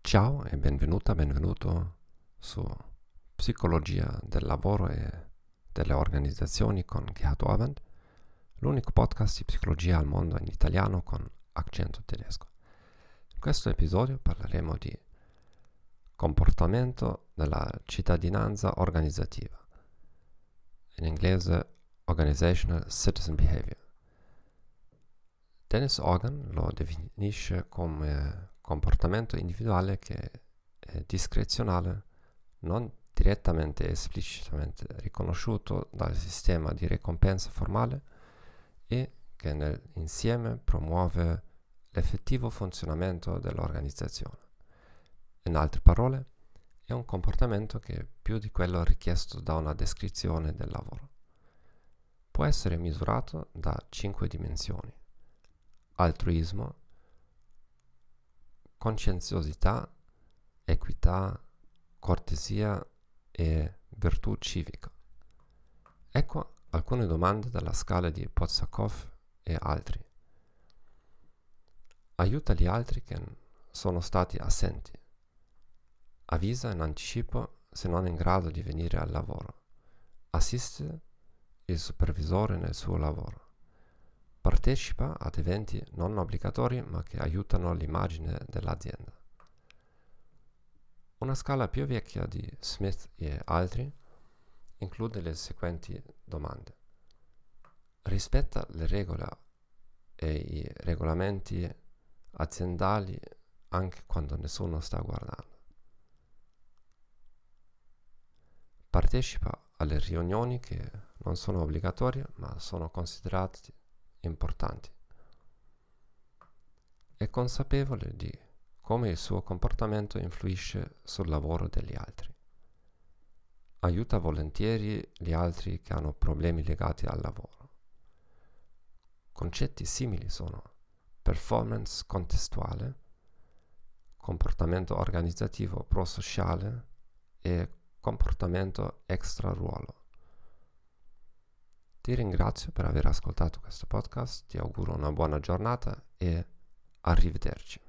Ciao e benvenuto su Psicologia del lavoro e delle organizzazioni con Gerhard Orband, l'unico podcast di psicologia al mondo in italiano con accento tedesco. In questo episodio parleremo di comportamento della cittadinanza organizzativa, in inglese Organizational Citizen Behavior. Dennis Organ lo definisce come comportamento individuale che è discrezionale, non direttamente e esplicitamente riconosciuto dal sistema di ricompensa formale e che nell'insieme promuove l'effettivo funzionamento dell'organizzazione. In altre parole, è un comportamento che è più di quello richiesto da una descrizione del lavoro. Può essere misurato da 5 dimensioni: altruismo, conscienziosità, equità, cortesia e virtù civica. Ecco alcune domande dalla scala di Potsakov e altri. Aiuta gli altri che sono stati assenti. Avvisa in anticipo se non è in grado di venire al lavoro. Assiste il supervisore nel suo lavoro. Partecipa ad eventi non obbligatori ma che aiutano l'immagine dell'azienda. Una scala più vecchia di Smith e altri include le seguenti domande. Rispetta le regole e i regolamenti aziendali anche quando nessuno sta guardando. Partecipa alle riunioni che non sono obbligatorie ma sono considerate importanti. È consapevole di come il suo comportamento influisce sul lavoro degli altri. Aiuta volentieri gli altri che hanno problemi legati al lavoro. Concetti simili sono performance contestuale, comportamento organizzativo prosociale e comportamento extra ruolo. Ti ringrazio per aver ascoltato questo podcast, ti auguro una buona giornata e arrivederci.